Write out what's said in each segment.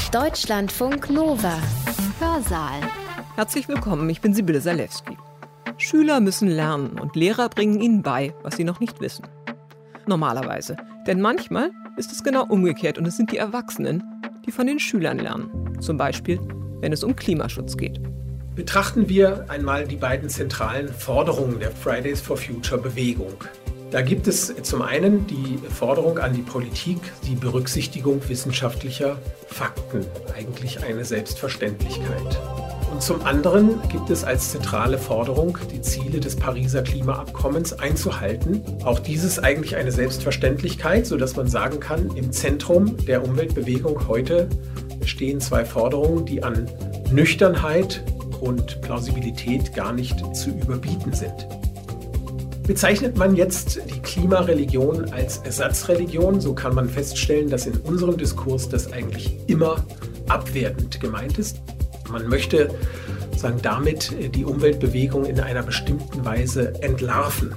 Deutschlandfunk Nova. Hörsaal. Herzlich willkommen, ich bin Sibylle Salewski. Schüler müssen lernen und Lehrer bringen ihnen bei, was sie noch nicht wissen. Normalerweise. Denn manchmal ist es genau umgekehrt und es sind die Erwachsenen, die von den Schülern lernen. Zum Beispiel, wenn es um Klimaschutz geht. Betrachten wir einmal die beiden zentralen Forderungen der Fridays for Future Bewegung. Da gibt es zum einen die Forderung an die Politik, die Berücksichtigung wissenschaftlicher Fakten, eigentlich eine Selbstverständlichkeit. Und zum anderen gibt es als zentrale Forderung, die Ziele des Pariser Klimaabkommens einzuhalten. Auch dies ist eigentlich eine Selbstverständlichkeit, sodass man sagen kann, im Zentrum der Umweltbewegung heute stehen zwei Forderungen, die an Nüchternheit und Plausibilität gar nicht zu überbieten sind. Bezeichnet man jetzt die Klimareligion als Ersatzreligion, so kann man feststellen, dass in unserem Diskurs das eigentlich immer abwertend gemeint ist. Man möchte damit die Umweltbewegung in einer bestimmten Weise entlarven.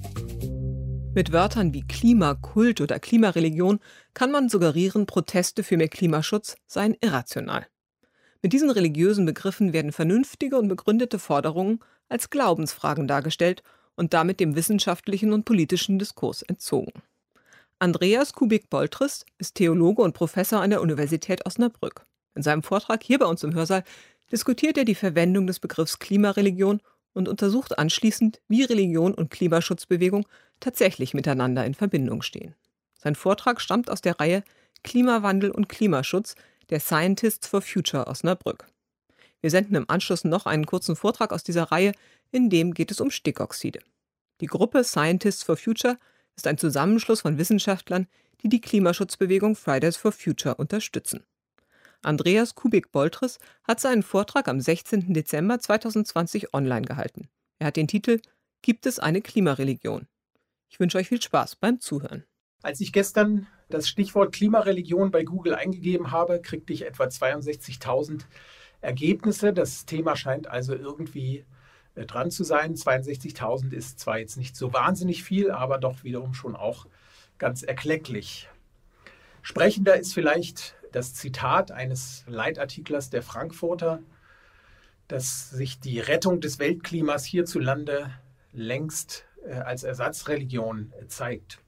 Mit Wörtern wie Klimakult oder Klimareligion kann man suggerieren, Proteste für mehr Klimaschutz seien irrational. Mit diesen religiösen Begriffen werden vernünftige und begründete Forderungen als Glaubensfragen dargestellt und damit dem wissenschaftlichen und politischen Diskurs entzogen. Andreas Kubik-Boltrist ist Theologe und Professor an der Universität Osnabrück. In seinem Vortrag hier bei uns im Hörsaal diskutiert er die Verwendung des Begriffs Klimareligion und untersucht anschließend, wie Religion und Klimaschutzbewegung tatsächlich miteinander in Verbindung stehen. Sein Vortrag stammt aus der Reihe Klimawandel und Klimaschutz der Scientists for Future Osnabrück. Wir senden im Anschluss noch einen kurzen Vortrag aus dieser Reihe, in dem geht es um Stickoxide. Die Gruppe Scientists for Future ist ein Zusammenschluss von Wissenschaftlern, die die Klimaschutzbewegung Fridays for Future unterstützen. Andreas Kubik-Boltrist hat seinen Vortrag am 16. Dezember 2020 online gehalten. Er hat den Titel »Gibt es eine Klimareligion?« Ich wünsche euch viel Spaß beim Zuhören. Als ich gestern das Stichwort Klimareligion bei Google eingegeben habe, kriegte ich etwa 62.000 Ergebnisse. Das Thema scheint also irgendwie dran zu sein. 62.000 ist zwar jetzt nicht so wahnsinnig viel, aber doch wiederum schon auch ganz erklecklich. Sprechender ist vielleicht das Zitat eines Leitartiklers der Frankfurter, dass sich die Rettung des Weltklimas hierzulande längst als Ersatzreligion zeigt.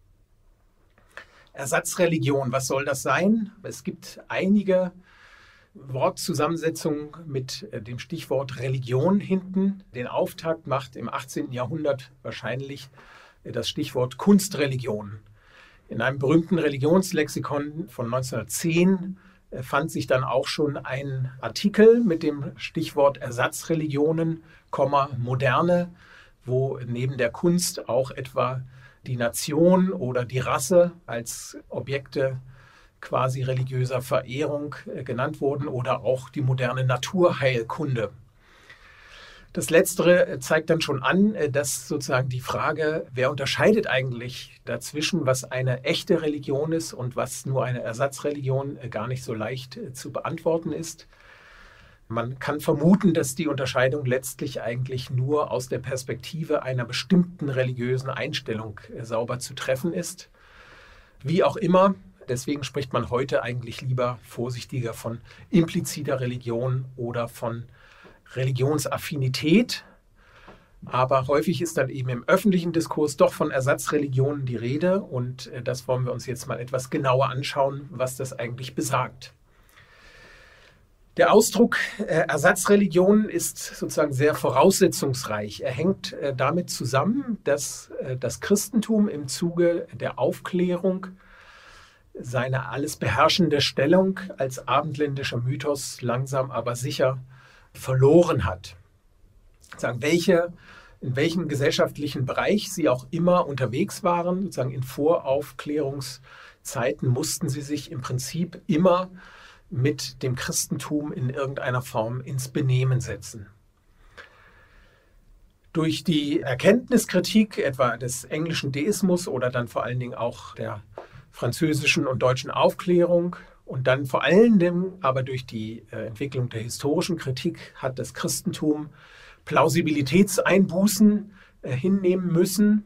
Ersatzreligion, was soll das sein? Es gibt einige Wortzusammensetzungen mit dem Stichwort Religion hinten. Den Auftakt macht im 18. Jahrhundert wahrscheinlich das Stichwort Kunstreligion. In einem berühmten Religionslexikon von 1910 fand sich dann auch schon ein Artikel mit dem Stichwort Ersatzreligionen, moderne, wo neben der Kunst auch etwa die Nation oder die Rasse als Objekte quasi religiöser Verehrung genannt wurden oder auch die moderne Naturheilkunde. Das Letztere zeigt dann schon an, dass sozusagen die Frage, wer unterscheidet eigentlich dazwischen, was eine echte Religion ist und was nur eine Ersatzreligion, gar nicht so leicht zu beantworten ist. Man kann vermuten, dass die Unterscheidung letztlich eigentlich nur aus der Perspektive einer bestimmten religiösen Einstellung sauber zu treffen ist. Wie auch immer, deswegen spricht man heute eigentlich lieber vorsichtiger von impliziter Religion oder von Religionsaffinität. Aber häufig ist dann eben im öffentlichen Diskurs doch von Ersatzreligionen die Rede und das wollen wir uns jetzt mal etwas genauer anschauen, was das eigentlich besagt. Der Ausdruck Ersatzreligion ist sozusagen sehr voraussetzungsreich. Er hängt damit zusammen, dass das Christentum im Zuge der Aufklärung seine alles beherrschende Stellung als abendländischer Mythos langsam aber sicher verloren hat. In welchem gesellschaftlichen Bereich sie auch immer unterwegs waren, sozusagen in Voraufklärungszeiten, mussten sie sich im Prinzip immer mit dem Christentum in irgendeiner Form ins Benehmen setzen. Durch die Erkenntniskritik etwa des englischen Deismus oder dann vor allen Dingen auch der französischen und deutschen Aufklärung und dann vor allen Dingen aber durch die Entwicklung der historischen Kritik hat das Christentum Plausibilitätseinbußen hinnehmen müssen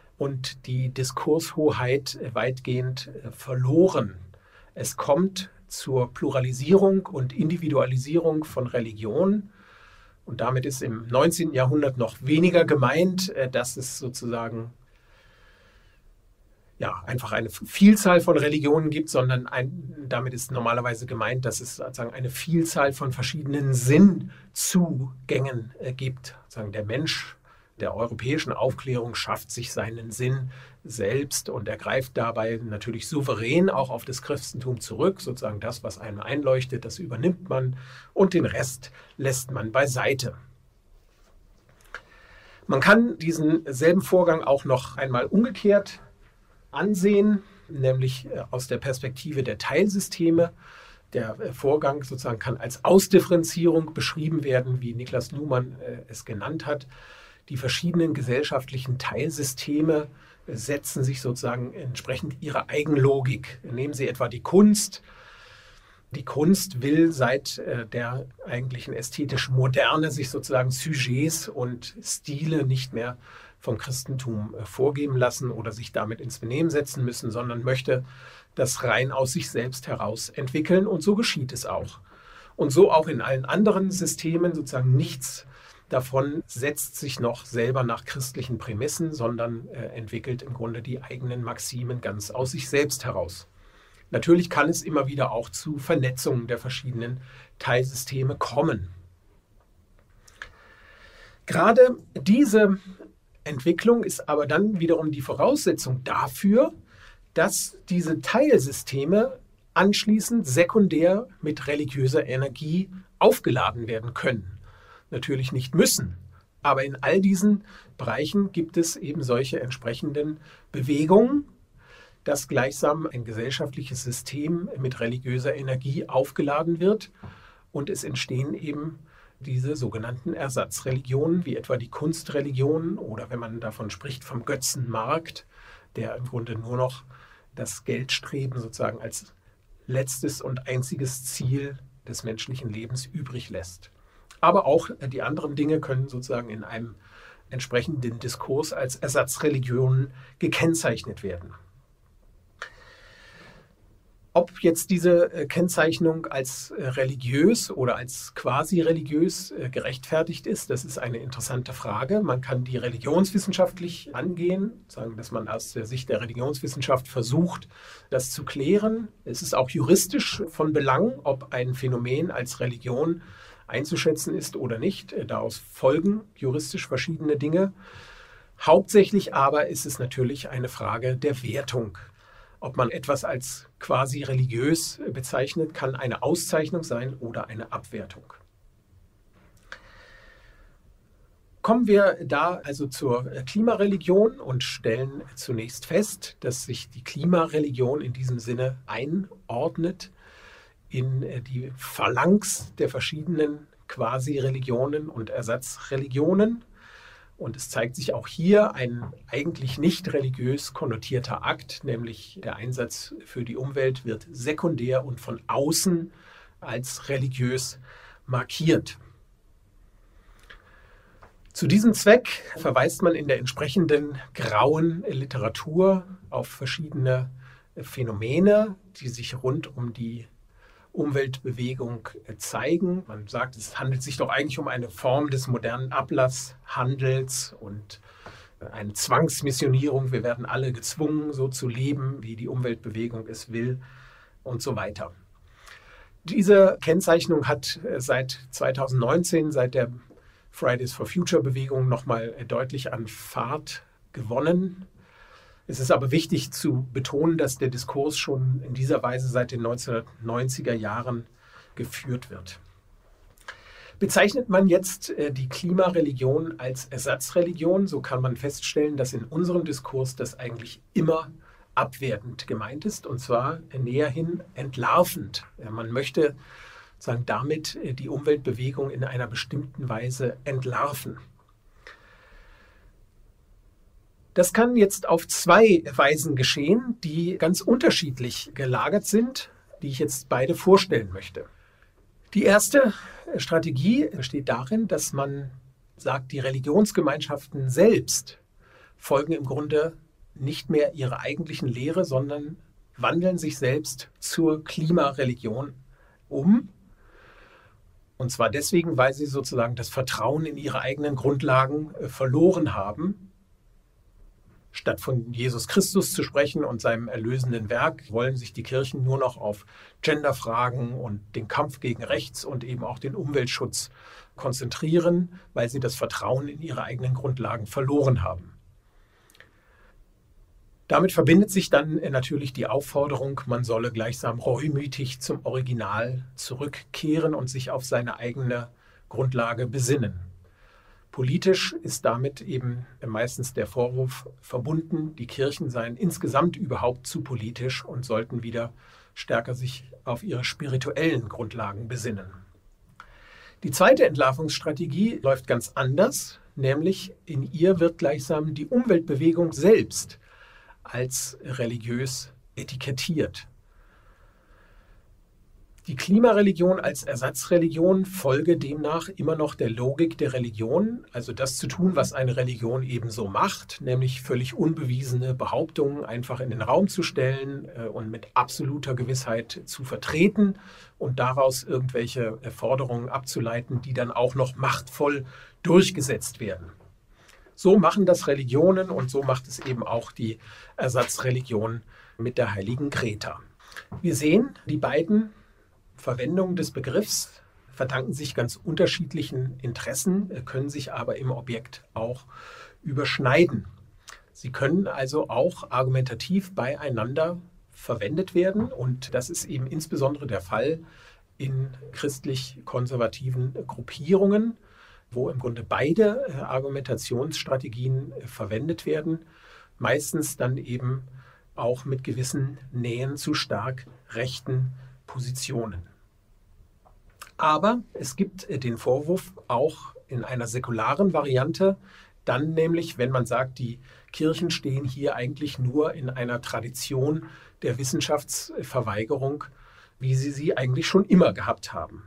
und die Diskurshoheit weitgehend verloren. Es kommt zur Pluralisierung und Individualisierung von Religion. Und damit ist im 19. Jahrhundert noch weniger gemeint, dass es sozusagen einfach eine Vielzahl von Religionen gibt, sondern damit ist normalerweise gemeint, dass es sozusagen eine Vielzahl von verschiedenen Sinnzugängen gibt. Sozusagen der Mensch der europäischen Aufklärung schafft sich seinen Sinn selbst und er greift dabei natürlich souverän auch auf das Christentum zurück. Sozusagen das, was einem einleuchtet, das übernimmt man und den Rest lässt man beiseite. Man kann diesen selben Vorgang auch noch einmal umgekehrt ansehen, nämlich aus der Perspektive der Teilsysteme. Der Vorgang sozusagen kann als Ausdifferenzierung beschrieben werden, wie Niklas Luhmann es genannt hat. Die verschiedenen gesellschaftlichen Teilsysteme setzen sich sozusagen entsprechend ihrer Eigenlogik. Nehmen Sie etwa die Kunst. Die Kunst will seit der eigentlichen ästhetischen Moderne sich sozusagen Sujets und Stile nicht mehr vom Christentum vorgeben lassen oder sich damit ins Benehmen setzen müssen, sondern möchte das rein aus sich selbst heraus entwickeln. Und so geschieht es auch. Und so auch in allen anderen Systemen sozusagen nichts davon setzt sich noch selber nach christlichen Prämissen, sondern entwickelt im Grunde die eigenen Maximen ganz aus sich selbst heraus. Natürlich kann es immer wieder auch zu Vernetzungen der verschiedenen Teilsysteme kommen. Gerade diese Entwicklung ist aber dann wiederum die Voraussetzung dafür, dass diese Teilsysteme anschließend sekundär mit religiöser Energie aufgeladen werden können. Natürlich nicht müssen, aber in all diesen Bereichen gibt es eben solche entsprechenden Bewegungen, dass gleichsam ein gesellschaftliches System mit religiöser Energie aufgeladen wird und es entstehen eben diese sogenannten Ersatzreligionen, wie etwa die Kunstreligion oder wenn man davon spricht vom Götzenmarkt, der im Grunde nur noch das Geldstreben sozusagen als letztes und einziges Ziel des menschlichen Lebens übrig lässt. Aber auch die anderen Dinge können sozusagen in einem entsprechenden Diskurs als Ersatzreligionen gekennzeichnet werden. Ob jetzt diese Kennzeichnung als religiös oder als quasi religiös gerechtfertigt ist, das ist eine interessante Frage. Man kann die religionswissenschaftlich angehen, sagen, dass man aus der Sicht der Religionswissenschaft versucht, das zu klären. Es ist auch juristisch von Belang, ob ein Phänomen als Religion einzuschätzen ist oder nicht. Daraus folgen juristisch verschiedene Dinge. Hauptsächlich aber ist es natürlich eine Frage der Wertung. Ob man etwas als quasi religiös bezeichnet, kann eine Auszeichnung sein oder eine Abwertung. Kommen wir da also zur Klimareligion und stellen zunächst fest, dass sich die Klimareligion in diesem Sinne einordnet in die Phalanx der verschiedenen Quasi-Religionen und Ersatzreligionen. Und es zeigt sich auch hier ein eigentlich nicht religiös konnotierter Akt, nämlich der Einsatz für die Umwelt wird sekundär und von außen als religiös markiert. Zu diesem Zweck verweist man in der entsprechenden grauen Literatur auf verschiedene Phänomene, die sich rund um die Umweltbewegung zeigen. Man sagt, es handelt sich doch eigentlich um eine Form des modernen Ablasshandels und eine Zwangsmissionierung. Wir werden alle gezwungen, so zu leben, wie die Umweltbewegung es will und so weiter. Diese Kennzeichnung hat seit 2019, seit der Fridays for Future Bewegung nochmal deutlich an Fahrt gewonnen. Es ist aber wichtig zu betonen, dass der Diskurs schon in dieser Weise seit den 1990er Jahren geführt wird. Bezeichnet man jetzt die Klimareligion als Ersatzreligion, so kann man feststellen, dass in unserem Diskurs das eigentlich immer abwertend gemeint ist, und zwar näherhin entlarvend. Man möchte sagen, damit die Umweltbewegung in einer bestimmten Weise entlarven. Das kann jetzt auf zwei Weisen geschehen, die ganz unterschiedlich gelagert sind, die ich jetzt beide vorstellen möchte. Die erste Strategie besteht darin, dass man sagt, die Religionsgemeinschaften selbst folgen im Grunde nicht mehr ihrer eigentlichen Lehre, sondern wandeln sich selbst zur Klimareligion um. Und zwar deswegen, weil sie sozusagen das Vertrauen in ihre eigenen Grundlagen verloren haben. Statt von Jesus Christus zu sprechen und seinem erlösenden Werk, wollen sich die Kirchen nur noch auf Genderfragen und den Kampf gegen Rechts und eben auch den Umweltschutz konzentrieren, weil sie das Vertrauen in ihre eigenen Grundlagen verloren haben. Damit verbindet sich dann natürlich die Aufforderung, man solle gleichsam reumütig zum Original zurückkehren und sich auf seine eigene Grundlage besinnen. Politisch ist damit eben meistens der Vorwurf verbunden, die Kirchen seien insgesamt überhaupt zu politisch und sollten wieder stärker sich auf ihre spirituellen Grundlagen besinnen. Die zweite Entlarvungsstrategie läuft ganz anders, nämlich in ihr wird gleichsam die Umweltbewegung selbst als religiös etikettiert. Die Klimareligion als Ersatzreligion folge demnach immer noch der Logik der Religion, also das zu tun, was eine Religion ebenso macht, nämlich völlig unbewiesene Behauptungen einfach in den Raum zu stellen und mit absoluter Gewissheit zu vertreten und daraus irgendwelche Forderungen abzuleiten, die dann auch noch machtvoll durchgesetzt werden. So machen das Religionen und so macht es eben auch die Ersatzreligion mit der heiligen Greta. Wir sehen, die beiden Verwendungen des Begriffs verdanken sich ganz unterschiedlichen Interessen, können sich aber im Objekt auch überschneiden. Sie können also auch argumentativ beieinander verwendet werden und das ist eben insbesondere der Fall in christlich-konservativen Gruppierungen, wo im Grunde beide Argumentationsstrategien verwendet werden, meistens dann eben auch mit gewissen Nähen zu stark rechten Positionen. Aber es gibt den Vorwurf auch in einer säkularen Variante, dann nämlich, wenn man sagt, die Kirchen stehen hier eigentlich nur in einer Tradition der Wissenschaftsverweigerung, wie sie eigentlich schon immer gehabt haben.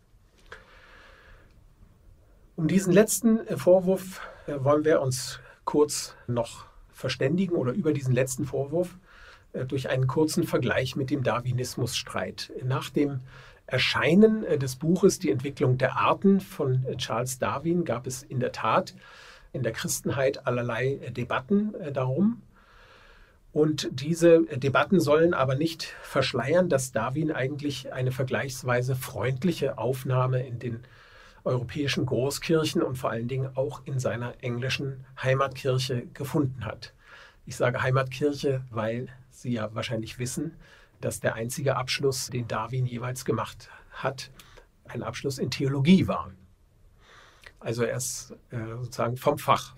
Um diesen letzten Vorwurf wollen wir uns kurz noch verständigen oder über diesen letzten Vorwurf durch einen kurzen Vergleich mit dem Darwinismusstreit. Nach dem Erscheinen des Buches Die Entwicklung der Arten von Charles Darwin gab es in der Tat in der Christenheit allerlei Debatten darum. Und diese Debatten sollen aber nicht verschleiern, dass Darwin eigentlich eine vergleichsweise freundliche Aufnahme in den europäischen Großkirchen und vor allen Dingen auch in seiner englischen Heimatkirche gefunden hat. Ich sage Heimatkirche, weil Sie ja wahrscheinlich wissen, dass der einzige Abschluss, den Darwin jeweils gemacht hat, ein Abschluss in Theologie war. Also er ist sozusagen vom Fach.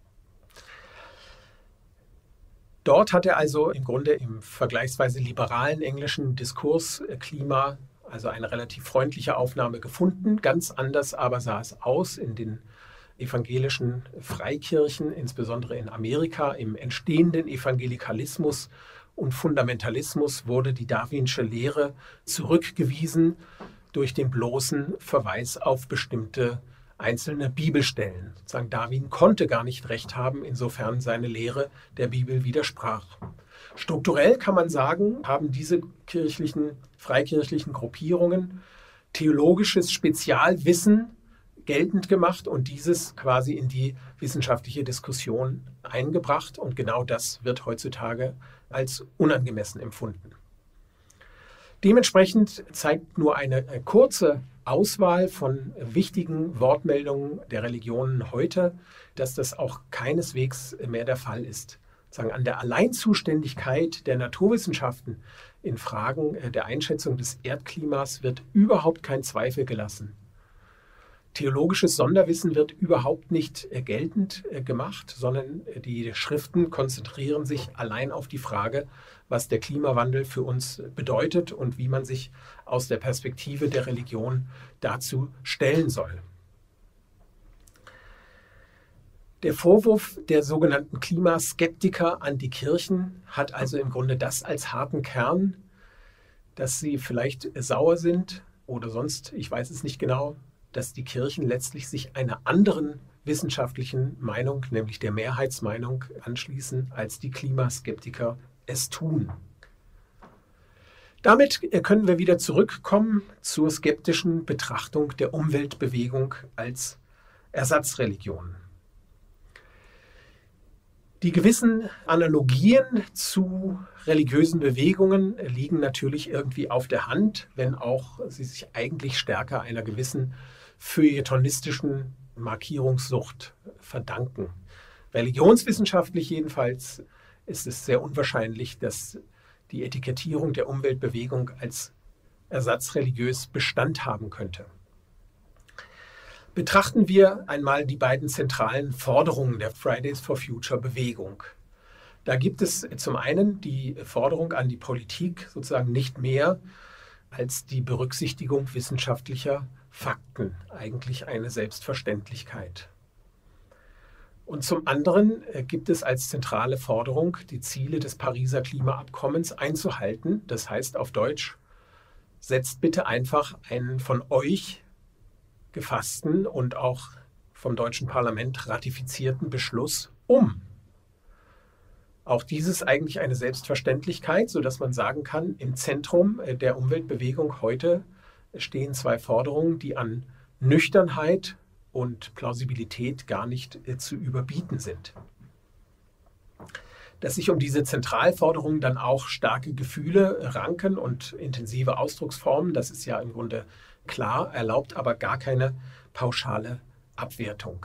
Dort hat er also im Grunde im vergleichsweise liberalen englischen Diskursklima also eine relativ freundliche Aufnahme gefunden. Ganz anders aber sah es aus in den evangelischen Freikirchen, insbesondere in Amerika. Im entstehenden Evangelikalismus und Fundamentalismus wurde die darwinsche Lehre zurückgewiesen durch den bloßen Verweis auf bestimmte einzelne Bibelstellen. Sozusagen Darwin konnte gar nicht recht haben, insofern seine Lehre der Bibel widersprach. Strukturell kann man sagen, haben diese freikirchlichen Gruppierungen theologisches Spezialwissen geltend gemacht und dieses quasi in die wissenschaftliche Diskussion eingebracht. Und genau das wird heutzutage als unangemessen empfunden. Dementsprechend zeigt nur eine kurze Auswahl von wichtigen Wortmeldungen der Religionen heute, dass das auch keineswegs mehr der Fall ist. An der Alleinzuständigkeit der Naturwissenschaften in Fragen der Einschätzung des Erdklimas wird überhaupt kein Zweifel gelassen. Theologisches Sonderwissen wird überhaupt nicht geltend gemacht, sondern die Schriften konzentrieren sich allein auf die Frage, was der Klimawandel für uns bedeutet und wie man sich aus der Perspektive der Religion dazu stellen soll. Der Vorwurf der sogenannten Klimaskeptiker an die Kirchen hat also im Grunde das als harten Kern, dass sie vielleicht sauer sind oder sonst, ich weiß es nicht genau, dass die Kirchen letztlich sich einer anderen wissenschaftlichen Meinung, nämlich der Mehrheitsmeinung, anschließen, als die Klimaskeptiker es tun. Damit können wir wieder zurückkommen zur skeptischen Betrachtung der Umweltbewegung als Ersatzreligion. Die gewissen Analogien zu religiösen Bewegungen liegen natürlich irgendwie auf der Hand, wenn auch sie sich eigentlich stärker einer gewissen feuilletonistischen Markierungssucht verdanken. Religionswissenschaftlich jedenfalls ist es sehr unwahrscheinlich, dass die Etikettierung der Umweltbewegung als ersatzreligiös Bestand haben könnte. Betrachten wir einmal die beiden zentralen Forderungen der Fridays for Future Bewegung. Da gibt es zum einen die Forderung an die Politik, sozusagen nicht mehr als die Berücksichtigung wissenschaftlicher Fakten, eigentlich eine Selbstverständlichkeit. Und zum anderen gibt es als zentrale Forderung, die Ziele des Pariser Klimaabkommens einzuhalten. Das heißt auf Deutsch, setzt bitte einfach einen von euch gefassten und auch vom deutschen Parlament ratifizierten Beschluss um. Auch dies ist eigentlich eine Selbstverständlichkeit, sodass man sagen kann, im Zentrum der Umweltbewegung heute stehen zwei Forderungen, die an Nüchternheit und Plausibilität gar nicht zu überbieten sind. Dass sich um diese Zentralforderungen dann auch starke Gefühle ranken und intensive Ausdrucksformen, das ist ja im Grunde klar, erlaubt aber gar keine pauschale Abwertung.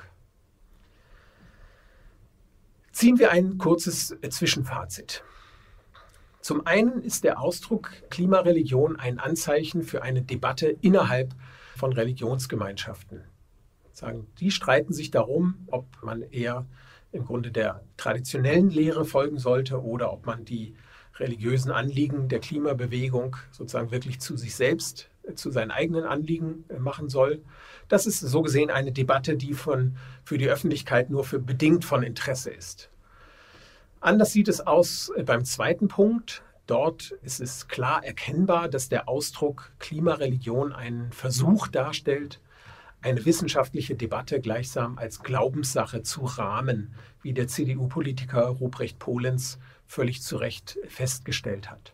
Ziehen wir ein kurzes Zwischenfazit. Zum einen ist der Ausdruck Klimareligion ein Anzeichen für eine Debatte innerhalb von Religionsgemeinschaften. Die streiten sich darum, ob man eher im Grunde der traditionellen Lehre folgen sollte oder ob man die religiösen Anliegen der Klimabewegung sozusagen wirklich zu sich selbst, zu seinen eigenen Anliegen machen soll. Das ist so gesehen eine Debatte, die für die Öffentlichkeit nur für bedingt von Interesse ist. Anders sieht es aus beim zweiten Punkt. Dort ist es klar erkennbar, dass der Ausdruck Klimareligion einen Versuch darstellt, eine wissenschaftliche Debatte gleichsam als Glaubenssache zu rahmen, wie der CDU-Politiker Ruprecht Polenz völlig zu Recht festgestellt hat.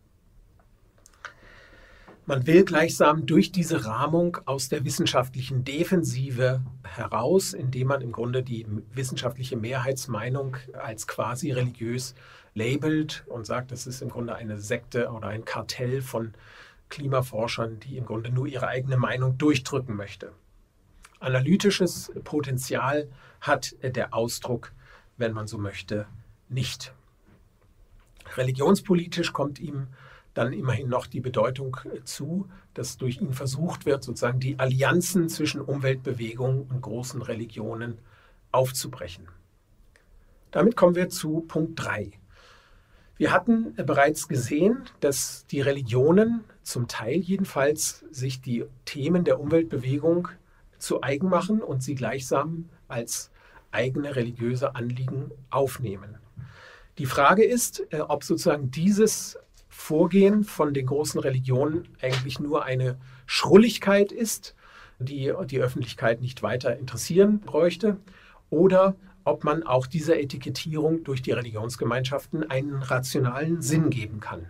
Man will gleichsam durch diese Rahmung aus der wissenschaftlichen Defensive heraus, indem man im Grunde die wissenschaftliche Mehrheitsmeinung als quasi religiös labelt und sagt, das ist im Grunde eine Sekte oder ein Kartell von Klimaforschern, die im Grunde nur ihre eigene Meinung durchdrücken möchte. Analytisches Potenzial hat der Ausdruck, wenn man so möchte, nicht. Religionspolitisch kommt ihm dann immerhin noch die Bedeutung zu, dass durch ihn versucht wird, sozusagen die Allianzen zwischen Umweltbewegungen und großen Religionen aufzubrechen. Damit kommen wir zu Punkt 3. Wir hatten bereits gesehen, dass die Religionen zum Teil jedenfalls sich die Themen der Umweltbewegung zu eigen machen und sie gleichsam als eigene religiöse Anliegen aufnehmen. Die Frage ist, ob sozusagen dieses Vorgehen von den großen Religionen eigentlich nur eine Schrulligkeit ist, die die Öffentlichkeit nicht weiter interessieren bräuchte, oder ob man auch dieser Etikettierung durch die Religionsgemeinschaften einen rationalen Sinn geben kann.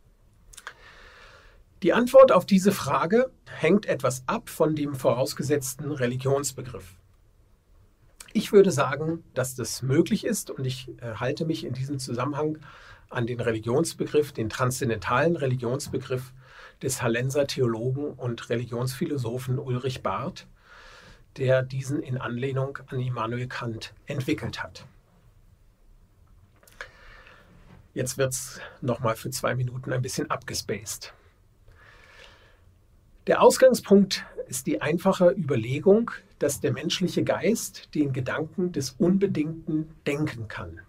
Die Antwort auf diese Frage hängt etwas ab von dem vorausgesetzten Religionsbegriff. Ich würde sagen, dass das möglich ist und ich halte mich in diesem Zusammenhang an den Religionsbegriff, den transzendentalen Religionsbegriff des Hallenser Theologen und Religionsphilosophen Ulrich Barth, der diesen in Anlehnung an Immanuel Kant entwickelt hat. Jetzt wird es nochmal für 2 Minuten ein bisschen abgespaced. Der Ausgangspunkt ist die einfache Überlegung, dass der menschliche Geist den Gedanken des Unbedingten denken kann.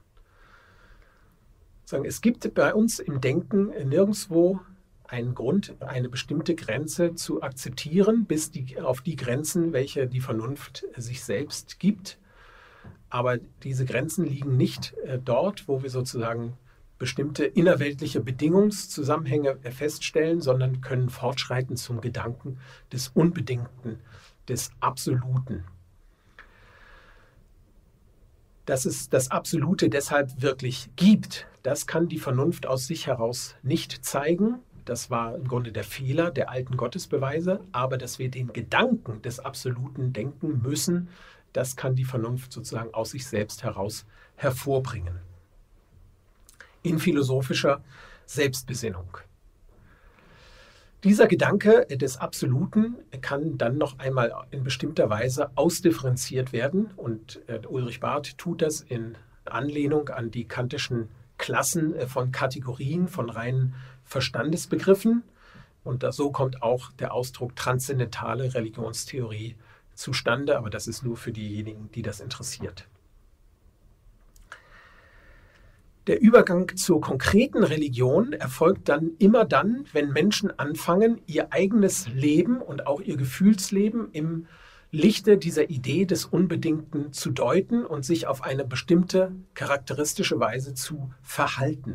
Es gibt bei uns im Denken nirgendwo einen Grund, eine bestimmte Grenze zu akzeptieren, bis auf die Grenzen, welche die Vernunft sich selbst gibt. Aber diese Grenzen liegen nicht dort, wo wir sozusagen bestimmte innerweltliche Bedingungszusammenhänge feststellen, sondern können fortschreiten zum Gedanken des Unbedingten, des Absoluten. Dass es das Absolute deshalb wirklich gibt, das kann die Vernunft aus sich heraus nicht zeigen. Das war im Grunde der Fehler der alten Gottesbeweise, aber dass wir den Gedanken des Absoluten denken müssen, das kann die Vernunft sozusagen aus sich selbst heraus hervorbringen. In philosophischer Selbstbesinnung. Dieser Gedanke des Absoluten kann dann noch einmal in bestimmter Weise ausdifferenziert werden und Ulrich Barth tut das in Anlehnung an die kantischen Klassen von Kategorien, von reinen Verstandesbegriffen und so kommt auch der Ausdruck transzendentale Religionstheorie zustande, aber das ist nur für diejenigen, die das interessiert. Der Übergang zur konkreten Religion erfolgt dann immer dann, wenn Menschen anfangen, ihr eigenes Leben und auch ihr Gefühlsleben im Lichte dieser Idee des Unbedingten zu deuten und sich auf eine bestimmte charakteristische Weise zu verhalten.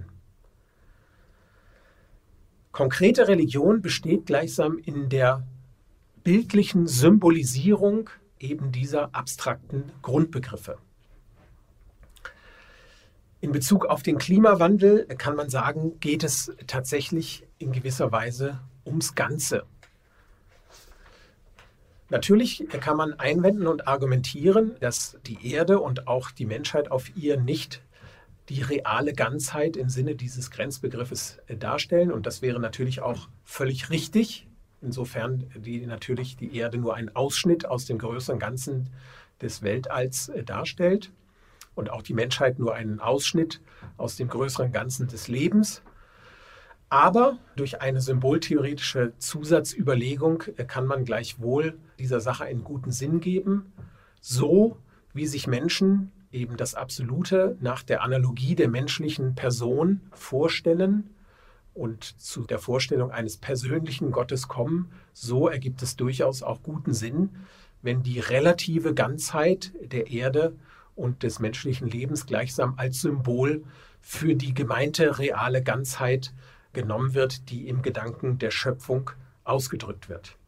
Konkrete Religion besteht gleichsam in der bildlichen Symbolisierung eben dieser abstrakten Grundbegriffe. In Bezug auf den Klimawandel kann man sagen, geht es tatsächlich in gewisser Weise ums Ganze. Natürlich kann man einwenden und argumentieren, dass die Erde und auch die Menschheit auf ihr nicht die reale Ganzheit im Sinne dieses Grenzbegriffes darstellen. Und das wäre natürlich auch völlig richtig, insofern natürlich die Erde nur einen Ausschnitt aus dem größeren Ganzen des Weltalls darstellt. Und auch die Menschheit nur einen Ausschnitt aus dem größeren Ganzen des Lebens. Aber durch eine symboltheoretische Zusatzüberlegung kann man gleichwohl dieser Sache einen guten Sinn geben, so wie sich Menschen eben das Absolute nach der Analogie der menschlichen Person vorstellen und zu der Vorstellung eines persönlichen Gottes kommen, so ergibt es durchaus auch guten Sinn, wenn die relative Ganzheit der Erde und des menschlichen Lebens gleichsam als Symbol für die gemeinte reale Ganzheit genommen wird, die im Gedanken der Schöpfung ausgedrückt wird.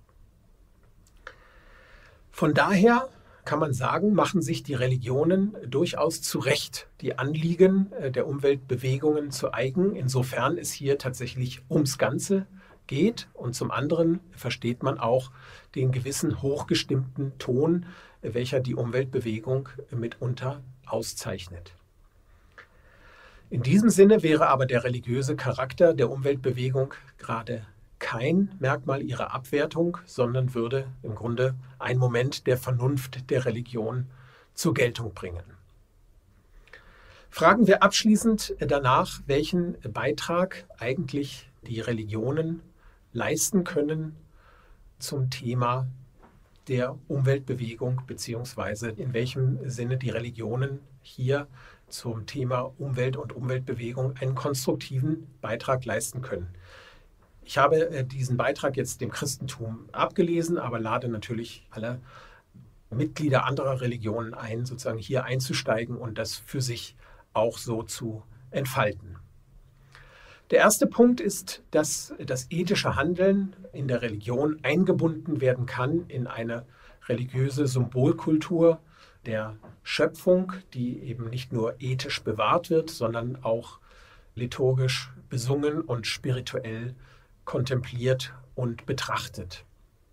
Von daher kann man sagen, machen sich die Religionen durchaus zu Recht die Anliegen der Umweltbewegungen zu eigen, insofern es hier tatsächlich ums Ganze geht und zum anderen versteht man auch den gewissen hochgestimmten Ton, welcher die Umweltbewegung mitunter auszeichnet. In diesem Sinne wäre aber der religiöse Charakter der Umweltbewegung gerade kein Merkmal ihrer Abwertung, sondern würde im Grunde ein Moment der Vernunft der Religion zur Geltung bringen. Fragen wir abschließend danach, welchen Beitrag eigentlich die Religionen leisten können zum Thema der Umweltbewegung, beziehungsweise in welchem Sinne die Religionen hier zum Thema Umwelt und Umweltbewegung einen konstruktiven Beitrag leisten können. Ich habe diesen Beitrag jetzt dem Christentum abgelesen, aber lade natürlich alle Mitglieder anderer Religionen ein, sozusagen hier einzusteigen und das für sich auch so zu entfalten. Der erste Punkt ist, dass das ethische Handeln in der Religion eingebunden werden kann in eine religiöse Symbolkultur der Schöpfung, die eben nicht nur ethisch bewahrt wird, sondern auch liturgisch besungen und spirituell kontempliert und betrachtet.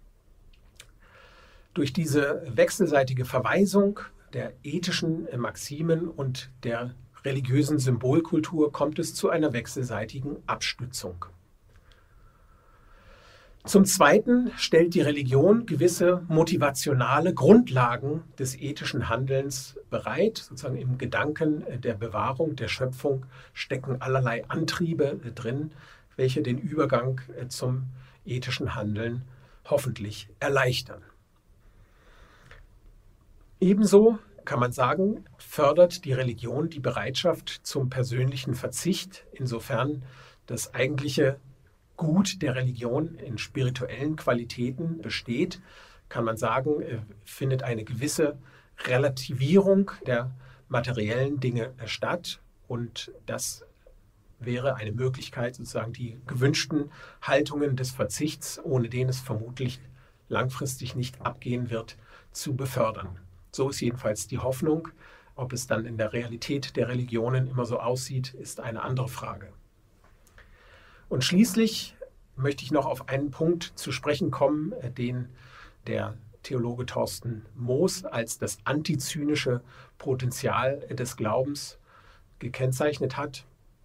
Durch diese wechselseitige Verweisung der ethischen Maximen und der religiösen Symbolkultur kommt es zu einer wechselseitigen Abstützung. Zum Zweiten stellt die Religion gewisse motivationale Grundlagen des ethischen Handelns bereit. Sozusagen im Gedanken der Bewahrung der Schöpfung stecken allerlei Antriebe drin, welche den Übergang zum ethischen Handeln hoffentlich erleichtern. Ebenso kann man sagen, fördert die Religion die Bereitschaft zum persönlichen Verzicht, insofern das eigentliche Gut der Religion in spirituellen Qualitäten besteht, kann man sagen, findet eine gewisse Relativierung der materiellen Dinge statt und das wäre eine Möglichkeit, sozusagen die gewünschten Haltungen des Verzichts, ohne den es vermutlich langfristig nicht abgehen wird, zu befördern. So ist jedenfalls die Hoffnung. Ob es dann in der Realität der Religionen immer so aussieht, ist eine andere Frage. Und schließlich möchte ich noch auf einen Punkt zu sprechen kommen, den der Theologe Thorsten Moos als das antizynische Potenzial des Glaubens gekennzeichnet hat.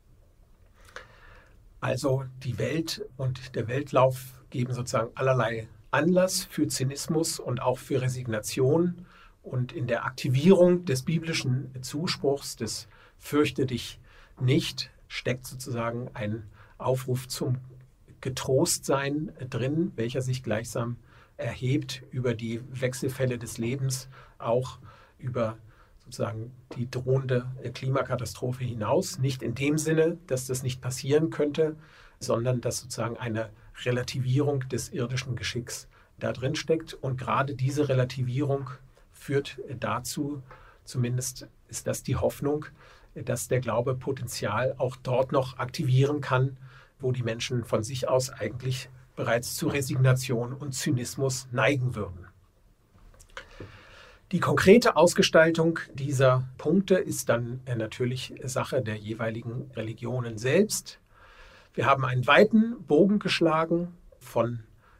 Also die Welt und der Weltlauf geben sozusagen allerlei Anlass für Zynismus und auch für Resignation. Und in der Aktivierung des biblischen Zuspruchs, des Fürchte dich nicht, steckt sozusagen ein Aufruf zum Getrostsein drin, welcher sich gleichsam erhebt über die Wechselfälle des Lebens, auch über sozusagen die drohende Klimakatastrophe hinaus. Nicht in dem Sinne, dass das nicht passieren könnte, sondern dass sozusagen eine Relativierung des irdischen Geschicks da drin steckt. Und gerade diese Relativierung führt dazu, zumindest ist das die Hoffnung, dass der Glaube Potenzial auch dort noch aktivieren kann, wo die Menschen von sich aus eigentlich bereits zu Resignation und Zynismus neigen würden. Die konkrete Ausgestaltung dieser Punkte ist dann natürlich Sache der jeweiligen Religionen selbst. Wir haben einen weiten Bogen geschlagen von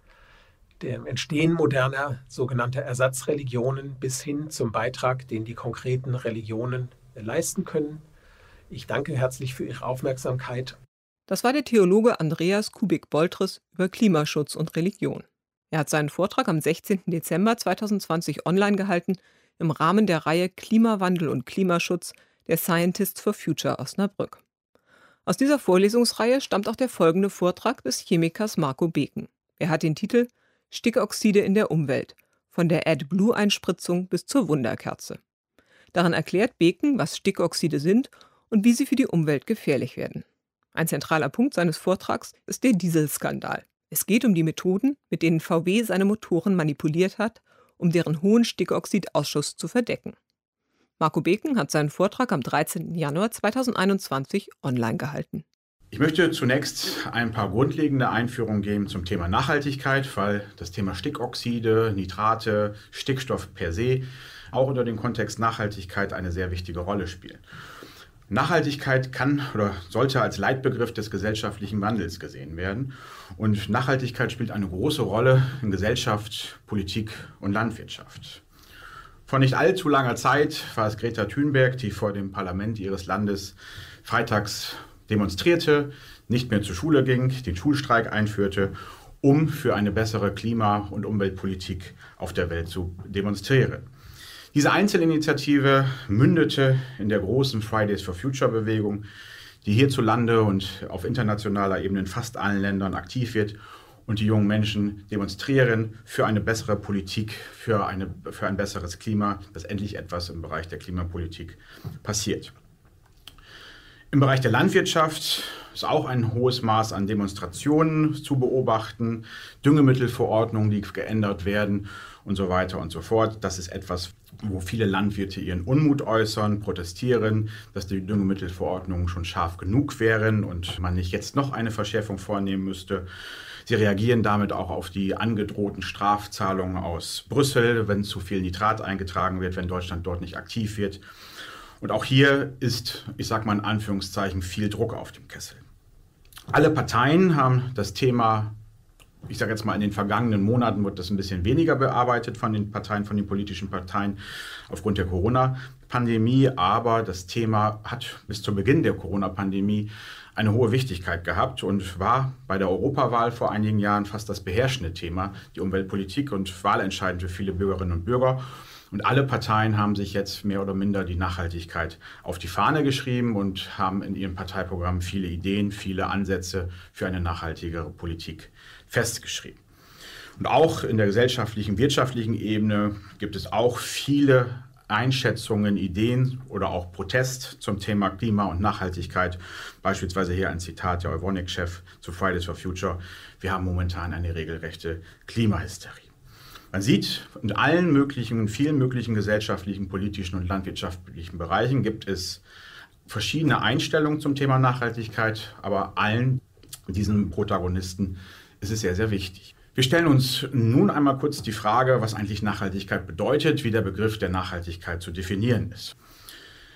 dem Entstehen moderner sogenannter Ersatzreligionen bis hin zum Beitrag, den die konkreten Religionen leisten können. Ich danke herzlich für Ihre Aufmerksamkeit. Das war der Theologe Andreas Kubik-Boltres über Klimaschutz und Religion. Er hat seinen Vortrag am 16. Dezember 2020 online gehalten im Rahmen der Reihe Klimawandel und Klimaschutz der Scientists for Future Osnabrück. Aus dieser Vorlesungsreihe stammt auch der folgende Vortrag des Chemikers Marco Beken. Er hat den Titel Stickoxide in der Umwelt – von der AdBlue-Einspritzung bis zur Wunderkerze. Darin erklärt Beken, was Stickoxide sind und wie sie für die Umwelt gefährlich werden. Ein zentraler Punkt seines Vortrags ist der Dieselskandal. Es geht um die Methoden, mit denen VW seine Motoren manipuliert hat, um deren hohen Stickoxidausschuss zu verdecken. Marco Beken hat seinen Vortrag am 13. Januar 2021 online gehalten. Ich möchte zunächst ein paar grundlegende Einführungen geben zum Thema Nachhaltigkeit, weil das Thema Stickoxide, Nitrate, Stickstoff per se auch unter dem Kontext Nachhaltigkeit eine sehr wichtige Rolle spielen. Nachhaltigkeit kann oder sollte als Leitbegriff des gesellschaftlichen Wandels gesehen werden. Und Nachhaltigkeit spielt eine große Rolle in Gesellschaft, Politik und Landwirtschaft. Vor nicht allzu langer Zeit war es Greta Thunberg, die vor dem Parlament ihres Landes freitags demonstrierte, nicht mehr zur Schule ging, den Schulstreik einführte, um für eine bessere Klima- und Umweltpolitik auf der Welt zu demonstrieren. Diese Einzelinitiative mündete in der großen Fridays for Future Bewegung, die hierzulande und auf internationaler Ebene in fast allen Ländern aktiv wird. Und die jungen Menschen demonstrieren für eine bessere Politik, für ein besseres Klima, dass endlich etwas im Bereich der Klimapolitik passiert. Im Bereich der Landwirtschaft ist auch ein hohes Maß an Demonstrationen zu beobachten, Düngemittelverordnungen, die geändert werden und so weiter und so fort. Das ist etwas, wo viele Landwirte ihren Unmut äußern, protestieren, dass die Düngemittelverordnungen schon scharf genug wären und man nicht jetzt noch eine Verschärfung vornehmen müsste. Sie reagieren damit auch auf die angedrohten Strafzahlungen aus Brüssel, wenn zu viel Nitrat eingetragen wird, wenn Deutschland dort nicht aktiv wird. Und auch hier ist, ich sage mal in Anführungszeichen, viel Druck auf dem Kessel. Alle Parteien haben das Thema, ich sage jetzt mal, in den vergangenen Monaten wird das ein bisschen weniger bearbeitet von den Parteien, von den politischen Parteien aufgrund der Corona-Pandemie. Aber das Thema hat bis zu Beginn der Corona-Pandemie eine hohe Wichtigkeit gehabt und war bei der Europawahl vor einigen Jahren fast das beherrschende Thema, die Umweltpolitik und wahlentscheidend für viele Bürgerinnen und Bürger. Und alle Parteien haben sich jetzt mehr oder minder die Nachhaltigkeit auf die Fahne geschrieben und haben in ihrem Parteiprogramm viele Ideen, viele Ansätze für eine nachhaltigere Politik festgeschrieben. Und auch in der gesellschaftlichen, wirtschaftlichen Ebene gibt es auch viele Einschätzungen, Ideen oder auch Protest zum Thema Klima und Nachhaltigkeit. Beispielsweise hier ein Zitat der Evonik-Chef zu Fridays for Future. Wir haben momentan eine regelrechte Klimahysterie. Man sieht, in allen möglichen, vielen möglichen gesellschaftlichen, politischen und landwirtschaftlichen Bereichen gibt es verschiedene Einstellungen zum Thema Nachhaltigkeit, aber allen diesen Protagonisten ist es sehr, sehr wichtig. Wir stellen uns nun einmal kurz die Frage, was eigentlich Nachhaltigkeit bedeutet, wie der Begriff der Nachhaltigkeit zu definieren ist.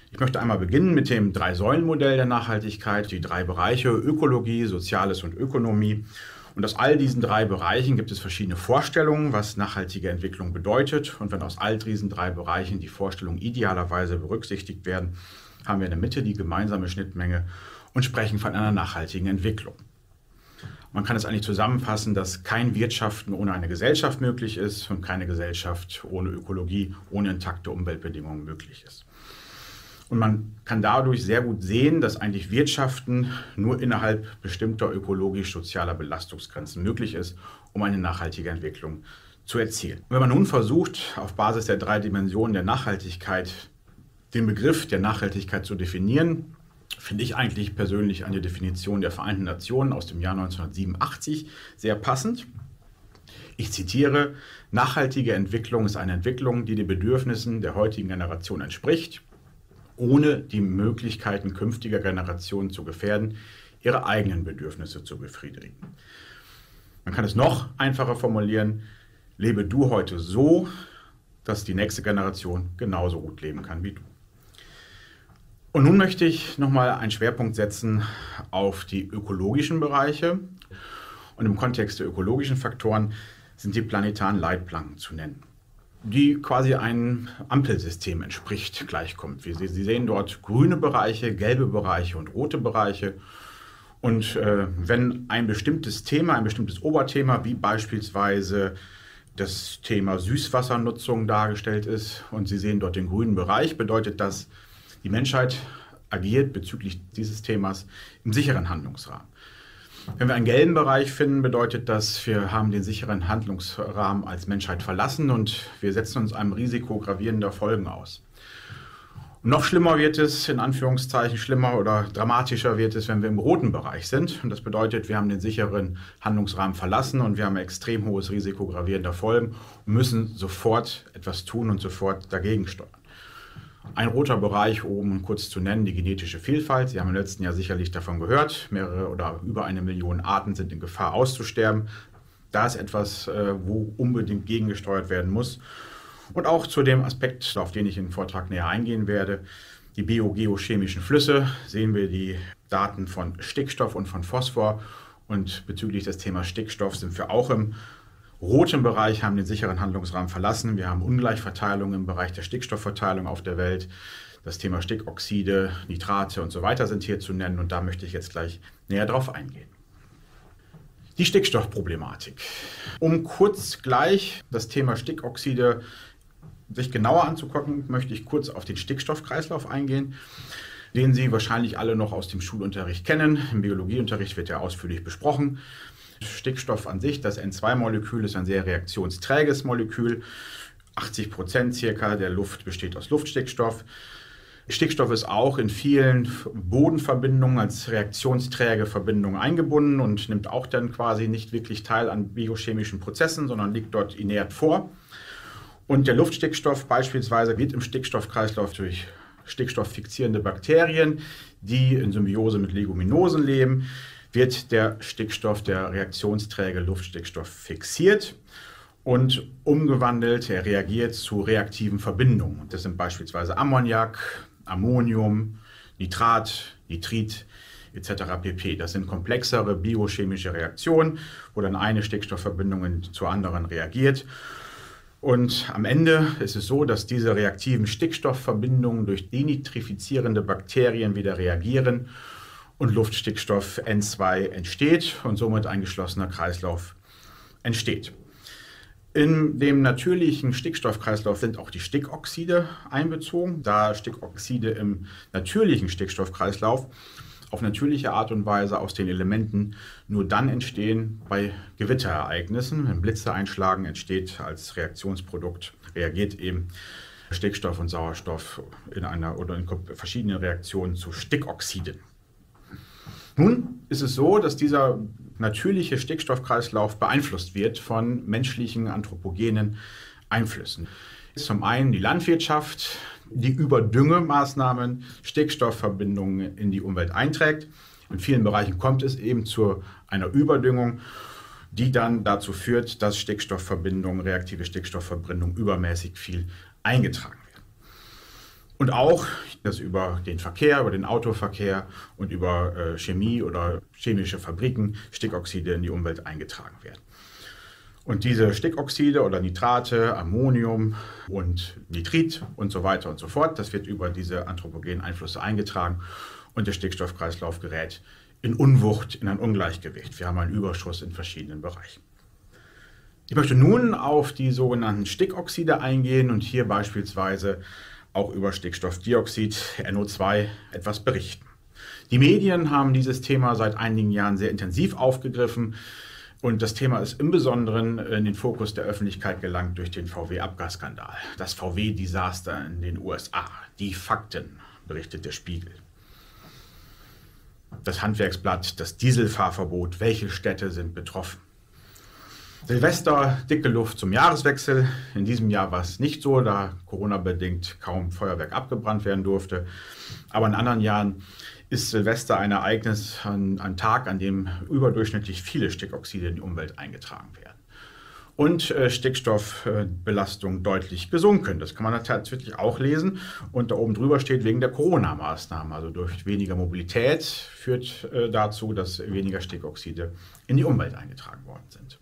Ich möchte einmal beginnen mit dem Drei-Säulen-Modell der Nachhaltigkeit, die 3 Bereiche Ökologie, Soziales und Ökonomie. Und aus all diesen 3 Bereichen gibt es verschiedene Vorstellungen, was nachhaltige Entwicklung bedeutet. Und wenn aus all diesen 3 Bereichen die Vorstellungen idealerweise berücksichtigt werden, haben wir in der Mitte die gemeinsame Schnittmenge und sprechen von einer nachhaltigen Entwicklung. Man kann es eigentlich zusammenfassen, dass kein Wirtschaften ohne eine Gesellschaft möglich ist und keine Gesellschaft ohne Ökologie, ohne intakte Umweltbedingungen möglich ist. Und man kann dadurch sehr gut sehen, dass eigentlich Wirtschaften nur innerhalb bestimmter ökologisch-sozialer Belastungsgrenzen möglich ist, um eine nachhaltige Entwicklung zu erzielen. Und wenn man nun versucht, auf Basis der 3 Dimensionen der Nachhaltigkeit den Begriff der Nachhaltigkeit zu definieren, finde ich eigentlich persönlich eine Definition der Vereinten Nationen aus dem Jahr 1987 sehr passend. Ich zitiere: Nachhaltige Entwicklung ist eine Entwicklung, die den Bedürfnissen der heutigen Generation entspricht, ohne die Möglichkeiten künftiger Generationen zu gefährden, ihre eigenen Bedürfnisse zu befriedigen. Man kann es noch einfacher formulieren: Lebe du heute so, dass die nächste Generation genauso gut leben kann wie du. Und nun möchte ich nochmal einen Schwerpunkt setzen auf die ökologischen Bereiche. Und im Kontext der ökologischen Faktoren sind die planetaren Leitplanken zu nennen, die quasi einem Ampelsystem entspricht, gleichkommt. Sie sehen dort grüne Bereiche, gelbe Bereiche und rote Bereiche. Und wenn ein bestimmtes Thema, ein bestimmtes Oberthema, wie beispielsweise das Thema Süßwassernutzung dargestellt ist, und Sie sehen dort den grünen Bereich, bedeutet das, die Menschheit agiert bezüglich dieses Themas im sicheren Handlungsrahmen. Wenn wir einen gelben Bereich finden, bedeutet das, wir haben den sicheren Handlungsrahmen als Menschheit verlassen und wir setzen uns einem Risiko gravierender Folgen aus. Und noch schlimmer wird es, in Anführungszeichen schlimmer oder dramatischer wird es, wenn wir im roten Bereich sind. Und das bedeutet, wir haben den sicheren Handlungsrahmen verlassen und wir haben ein extrem hohes Risiko gravierender Folgen und müssen sofort etwas tun und sofort dagegen steuern. Ein roter Bereich oben kurz zu nennen, die genetische Vielfalt. Sie haben im letzten Jahr sicherlich davon gehört, mehrere oder über 1 Million Arten sind in Gefahr auszusterben. Da ist etwas, wo unbedingt gegengesteuert werden muss. Und auch zu dem Aspekt, auf den ich in den Vortrag näher eingehen werde, die biogeochemischen Flüsse, sehen wir die Daten von Stickstoff und von Phosphor. Und bezüglich des Themas Stickstoff sind wir auch im roten Bereich, haben den sicheren Handlungsrahmen verlassen. Wir haben Ungleichverteilung im Bereich der Stickstoffverteilung auf der Welt. Das Thema Stickoxide, Nitrate und so weiter sind hier zu nennen. Und da möchte ich jetzt gleich näher drauf eingehen. Die Stickstoffproblematik. Um kurz gleich das Thema Stickoxide sich genauer anzugucken, möchte ich kurz auf den Stickstoffkreislauf eingehen, den Sie wahrscheinlich alle noch aus dem Schulunterricht kennen. Im Biologieunterricht wird er ausführlich besprochen. Stickstoff an sich, das N2-Molekül, ist ein sehr reaktionsträges Molekül. 80% circa der Luft besteht aus Luftstickstoff. Stickstoff ist auch in vielen Bodenverbindungen als reaktionsträge Verbindung eingebunden und nimmt auch dann quasi nicht wirklich teil an biochemischen Prozessen, sondern liegt dort inert vor. Und der Luftstickstoff beispielsweise wird im Stickstoffkreislauf durch stickstofffixierende Bakterien, die in Symbiose mit Leguminosen leben, wird der Stickstoff, der reaktionsträge Luftstickstoff, fixiert und umgewandelt. Er reagiert zu reaktiven Verbindungen. Das sind beispielsweise Ammoniak, Ammonium, Nitrat, Nitrit etc. pp. Das sind komplexere biochemische Reaktionen, wo dann eine Stickstoffverbindung zur anderen reagiert. Und am Ende ist es so, dass diese reaktiven Stickstoffverbindungen durch denitrifizierende Bakterien wieder reagieren und Luftstickstoff N2 entsteht und somit ein geschlossener Kreislauf entsteht. In dem natürlichen Stickstoffkreislauf sind auch die Stickoxide einbezogen, da Stickoxide im natürlichen Stickstoffkreislauf auf natürliche Art und Weise aus den Elementen nur dann entstehen bei Gewitterereignissen. Wenn Blitze einschlagen, entsteht als Reaktionsprodukt, reagiert eben Stickstoff und Sauerstoff in verschiedenen Reaktionen zu Stickoxiden. Nun ist es so, dass dieser natürliche Stickstoffkreislauf beeinflusst wird von menschlichen anthropogenen Einflüssen. Zum einen die Landwirtschaft, die über Düngemaßnahmen Stickstoffverbindungen in die Umwelt einträgt. In vielen Bereichen kommt es eben zu einer Überdüngung, die dann dazu führt, dass Stickstoffverbindungen, reaktive Stickstoffverbindungen übermäßig viel eingetragen werden. Und auch, dass über den Verkehr, über den Autoverkehr und über Chemie oder chemische Fabriken Stickoxide in die Umwelt eingetragen werden. Und diese Stickoxide oder Nitrate, Ammonium und Nitrit und so weiter und so fort, das wird über diese anthropogenen Einflüsse eingetragen und der Stickstoffkreislauf gerät in Unwucht, in ein Ungleichgewicht. Wir haben einen Überschuss in verschiedenen Bereichen. Ich möchte nun auf die sogenannten Stickoxide eingehen und hier beispielsweise auch über Stickstoffdioxid, NO2, etwas berichten. Die Medien haben dieses Thema seit einigen Jahren sehr intensiv aufgegriffen und das Thema ist im Besonderen in den Fokus der Öffentlichkeit gelangt durch den VW-Abgasskandal, das VW-Desaster in den USA. Die Fakten, berichtet der Spiegel. Das Handwerksblatt, das Dieselfahrverbot, welche Städte sind betroffen? Silvester, dicke Luft zum Jahreswechsel. In diesem Jahr war es nicht so, da Corona-bedingt kaum Feuerwerk abgebrannt werden durfte. Aber in anderen Jahren ist Silvester ein Ereignis, ein Tag, an dem überdurchschnittlich viele Stickoxide in die Umwelt eingetragen werden. Und Stickstoffbelastung deutlich gesunken. Das kann man tatsächlich auch lesen. Und da oben drüber steht wegen der Corona-Maßnahmen. Also durch weniger Mobilität führt dazu, dass weniger Stickoxide in die Umwelt eingetragen worden sind.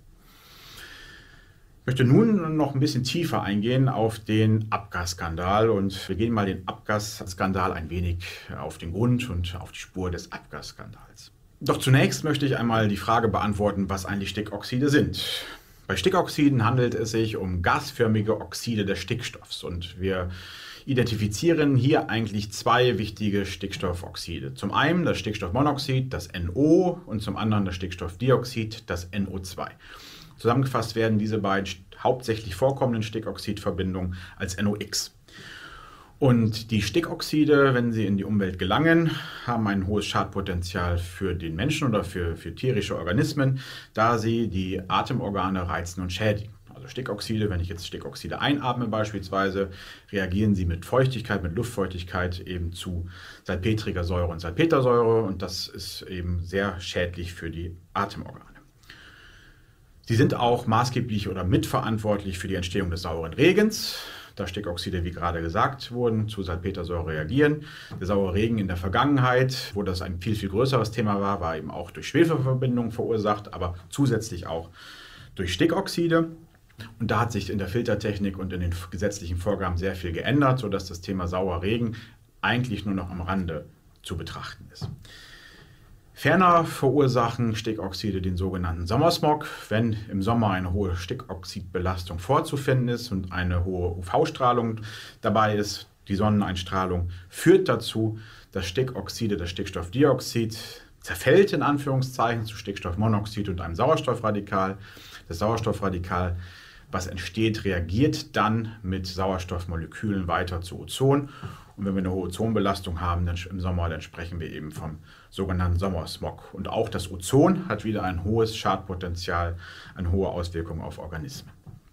Ich möchte nun noch ein bisschen tiefer eingehen auf den Abgasskandal und wir gehen mal den Abgasskandal ein wenig auf den Grund und auf die Spur des Abgasskandals. Doch zunächst möchte ich einmal die Frage beantworten, was eigentlich Stickoxide sind. Bei Stickoxiden handelt es sich um gasförmige Oxide des Stickstoffs und wir identifizieren hier eigentlich zwei wichtige Stickstoffoxide. Zum einen das Stickstoffmonoxid, das NO, und zum anderen das Stickstoffdioxid, das NO2. Zusammengefasst werden diese beiden hauptsächlich vorkommenden Stickoxidverbindungen als NOx. Und die Stickoxide, wenn sie in die Umwelt gelangen, haben ein hohes Schadpotenzial für den Menschen oder für tierische Organismen, da sie die Atemorgane reizen und schädigen. Also Stickoxide, wenn ich jetzt Stickoxide einatme beispielsweise, reagieren sie mit Feuchtigkeit, mit Luftfeuchtigkeit eben zu salpetriger Säure und Salpetersäure und das ist eben sehr schädlich für die Atemorgane. Sie sind auch maßgeblich oder mitverantwortlich für die Entstehung des sauren Regens, da Stickoxide, wie gerade gesagt wurden, zu Salpetersäure reagieren. Der saure Regen in der Vergangenheit, wo das ein viel, viel größeres Thema war, war eben auch durch Schwefelverbindungen verursacht, aber zusätzlich auch durch Stickoxide. Und da hat sich in der Filtertechnik und in den gesetzlichen Vorgaben sehr viel geändert, sodass das Thema saurer Regen eigentlich nur noch am Rande zu betrachten ist. Ferner verursachen Stickoxide den sogenannten Sommersmog, wenn im Sommer eine hohe Stickoxidbelastung vorzufinden ist und eine hohe UV-Strahlung dabei ist. Die Sonneneinstrahlung führt dazu, dass Stickoxide, das Stickstoffdioxid, zerfällt in Anführungszeichen zu Stickstoffmonoxid und einem Sauerstoffradikal. Das Sauerstoffradikal, was entsteht, reagiert dann mit Sauerstoffmolekülen weiter zu Ozon. Und wenn wir eine hohe Ozonbelastung haben dann im Sommer, dann sprechen wir eben vom sogenannten Sommersmog. Und auch das Ozon hat wieder ein hohes Schadpotenzial, eine hohe Auswirkung auf Organismen.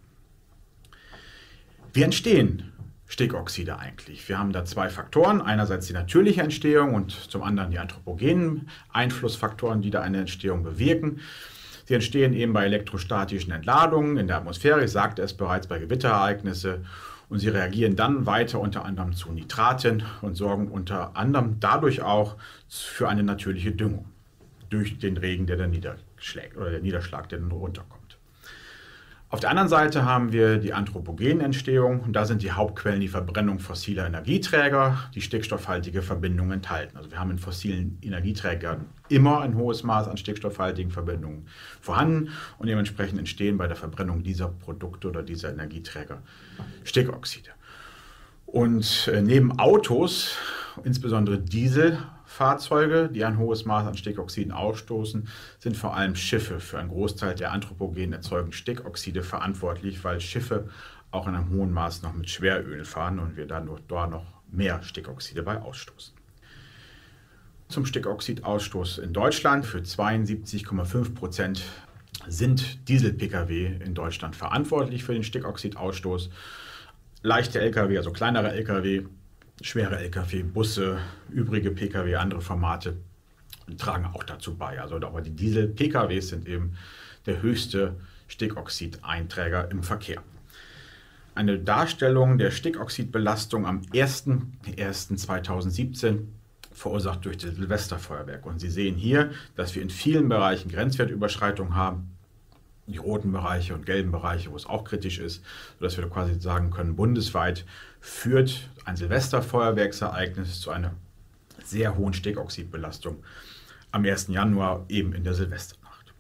Wie entstehen Stickoxide eigentlich? Wir haben da zwei Faktoren. Einerseits die natürliche Entstehung und zum anderen die anthropogenen Einflussfaktoren, die da eine Entstehung bewirken. Sie entstehen eben bei elektrostatischen Entladungen in der Atmosphäre, ich sagte es bereits, bei Gewitterereignissen. Und sie reagieren dann weiter unter anderem zu Nitraten und sorgen unter anderem dadurch auch für eine natürliche Düngung durch den Regen, der dann niederschlägt oder der Niederschlag, der dann runterkommt. Auf der anderen Seite haben wir die anthropogene Entstehung und da sind die Hauptquellen die Verbrennung fossiler Energieträger, die stickstoffhaltige Verbindungen enthalten. Also wir haben in fossilen Energieträgern immer ein hohes Maß an stickstoffhaltigen Verbindungen vorhanden und dementsprechend entstehen bei der Verbrennung dieser Produkte oder dieser Energieträger Stickoxide. Und neben Autos, insbesondere Dieselfahrzeuge, die ein hohes Maß an Stickoxiden ausstoßen, sind vor allem Schiffe für einen Großteil der anthropogen erzeugten Stickoxide verantwortlich, weil Schiffe auch in einem hohen Maß noch mit Schweröl fahren und wir dann dort noch mehr Stickoxide bei ausstoßen. Zum Stickoxidausstoß in Deutschland für 72,5% sind Diesel-Pkw in Deutschland verantwortlich für den Stickoxidausstoß. Leichte Lkw, also kleinere Lkw, schwere Lkw, Busse, übrige Pkw, andere Formate tragen auch dazu bei. Also aber die Diesel-Pkws sind eben der höchste Stickoxideinträger im Verkehr. eine Darstellung der Stickoxidbelastung am 01.01.2017 verursacht durch das Silvesterfeuerwerk. Und Sie sehen hier, dass wir in vielen Bereichen Grenzwertüberschreitungen haben. Die roten Bereiche und gelben Bereiche, wo es auch kritisch ist, sodass wir quasi sagen können, bundesweit führt ein Silvesterfeuerwerksereignis zu einer sehr hohen Stickoxidbelastung am 1. Januar, eben in der Silvesternacht.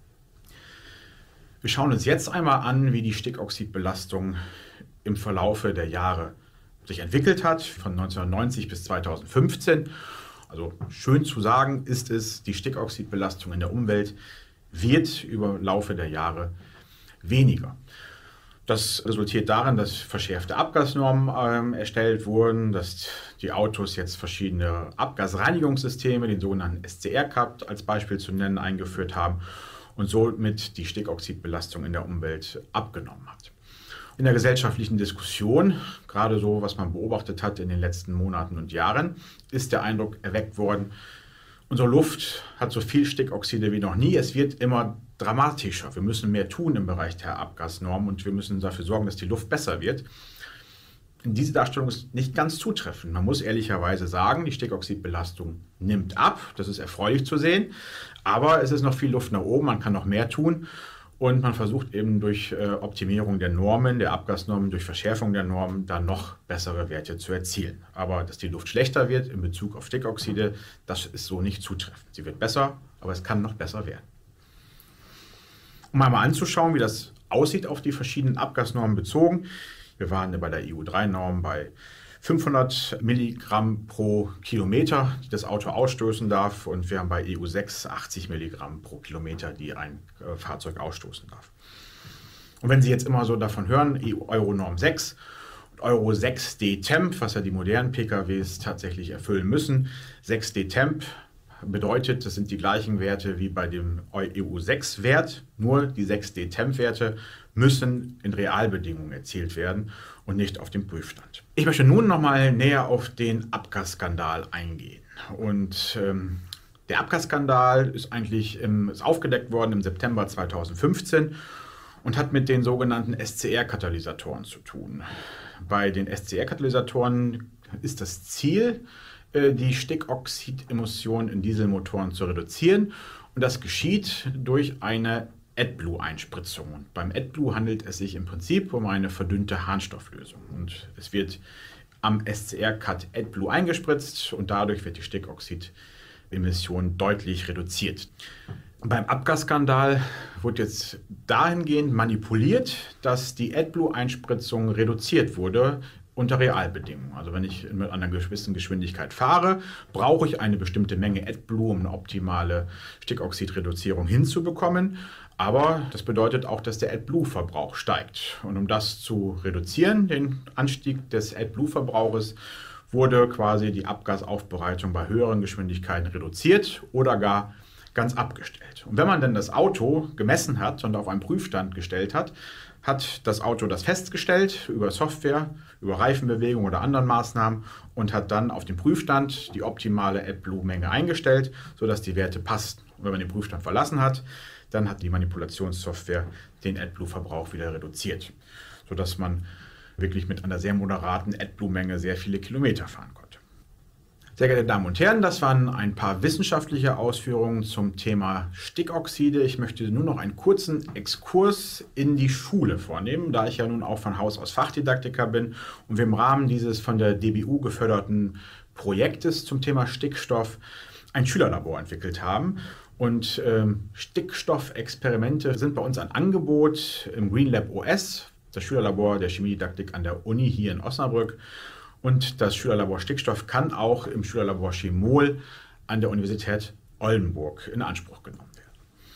Wir schauen uns jetzt einmal an, wie die Stickoxidbelastung im Verlaufe der Jahre sich entwickelt hat, von 1990 bis 2015. Also schön zu sagen ist es, die Stickoxidbelastung in der Umwelt wird über Laufe der Jahre weniger. Das resultiert darin, dass verschärfte Abgasnormen erstellt wurden, dass die Autos jetzt verschiedene Abgasreinigungssysteme, den sogenannten SCR-Cut als Beispiel zu nennen, eingeführt haben und somit die Stickoxidbelastung in der Umwelt abgenommen hat. In der gesellschaftlichen Diskussion, gerade so, was man beobachtet hat in den letzten Monaten und Jahren, ist der Eindruck erweckt worden, unsere Luft hat so viel Stickoxide wie noch nie. Es wird immer dramatischer. Wir müssen mehr tun im Bereich der Abgasnormen und wir müssen dafür sorgen, dass die Luft besser wird. Diese Darstellung ist nicht ganz zutreffend. Man muss ehrlicherweise sagen, die Stickoxidbelastung nimmt ab. Das ist erfreulich zu sehen. Aber es ist noch viel Luft nach oben. Man kann noch mehr tun. Und man versucht eben durch Optimierung der Normen, der Abgasnormen, durch Verschärfung der Normen, da noch bessere Werte zu erzielen. Aber dass die Luft schlechter wird in Bezug auf Stickoxide, das ist so nicht zutreffend. Sie wird besser, aber es kann noch besser werden. Um einmal anzuschauen, wie das aussieht auf die verschiedenen Abgasnormen bezogen. Wir waren bei der EU3-Norm bei 500 Milligramm pro Kilometer, die das Auto ausstoßen darf. Und wir haben bei EU6 80 Milligramm pro Kilometer, die ein Fahrzeug ausstoßen darf. Und wenn Sie jetzt immer so davon hören, Euro-Norm 6 und Euro 6D Temp, was ja die modernen PKWs tatsächlich erfüllen müssen, 6D Temp bedeutet, das sind die gleichen Werte wie bei dem EU6-Wert, nur die 6D Temp-Werte müssen in Realbedingungen erzielt werden und nicht auf dem Prüfstand. Ich möchte nun nochmal näher auf den Abgasskandal eingehen. Und der Abgasskandal ist aufgedeckt worden im September 2015 und hat mit den sogenannten SCR-Katalysatoren zu tun. Bei den SCR-Katalysatoren ist das Ziel, die Stickoxidemissionen in Dieselmotoren zu reduzieren. Und das geschieht durch eine AdBlue-Einspritzung. Und beim AdBlue handelt es sich im Prinzip um eine verdünnte Harnstofflösung. Und es wird am SCR-Cut AdBlue eingespritzt und dadurch wird die Stickoxidemission deutlich reduziert. Beim Abgasskandal wurde jetzt dahingehend manipuliert, dass die AdBlue-Einspritzung reduziert wurde unter Realbedingungen. Also wenn ich mit einer gewissen Geschwindigkeit fahre, brauche ich eine bestimmte Menge AdBlue, um eine optimale Stickoxidreduzierung hinzubekommen. Aber das bedeutet auch, dass der AdBlue-Verbrauch steigt. Und um das zu reduzieren, den Anstieg des AdBlue-Verbrauches, wurde quasi die Abgasaufbereitung bei höheren Geschwindigkeiten reduziert oder gar ganz abgestellt. Und wenn man dann das Auto gemessen hat und auf einen Prüfstand gestellt hat, hat das Auto das festgestellt über Software, über Reifenbewegung oder anderen Maßnahmen und hat dann auf dem Prüfstand die optimale AdBlue-Menge eingestellt, sodass die Werte passten. Und wenn man den Prüfstand verlassen hat, dann hat die Manipulationssoftware den AdBlue-Verbrauch wieder reduziert, sodass man wirklich mit einer sehr moderaten AdBlue-Menge sehr viele Kilometer fahren konnte. Sehr geehrte Damen und Herren, das waren ein paar wissenschaftliche Ausführungen zum Thema Stickoxide. Ich möchte nur noch einen kurzen Exkurs in die Schule vornehmen, da ich ja nun auch von Haus aus Fachdidaktiker bin und wir im Rahmen dieses von der DBU geförderten Projektes zum Thema Stickstoff ein Schülerlabor entwickelt haben. Und Stickstoffexperimente sind bei uns ein Angebot im Green Lab OS, das Schülerlabor der Chemiedidaktik an der Uni hier in Osnabrück. Und das Schülerlabor Stickstoff kann auch im Schülerlabor Chemol an der Universität Oldenburg in Anspruch genommen werden.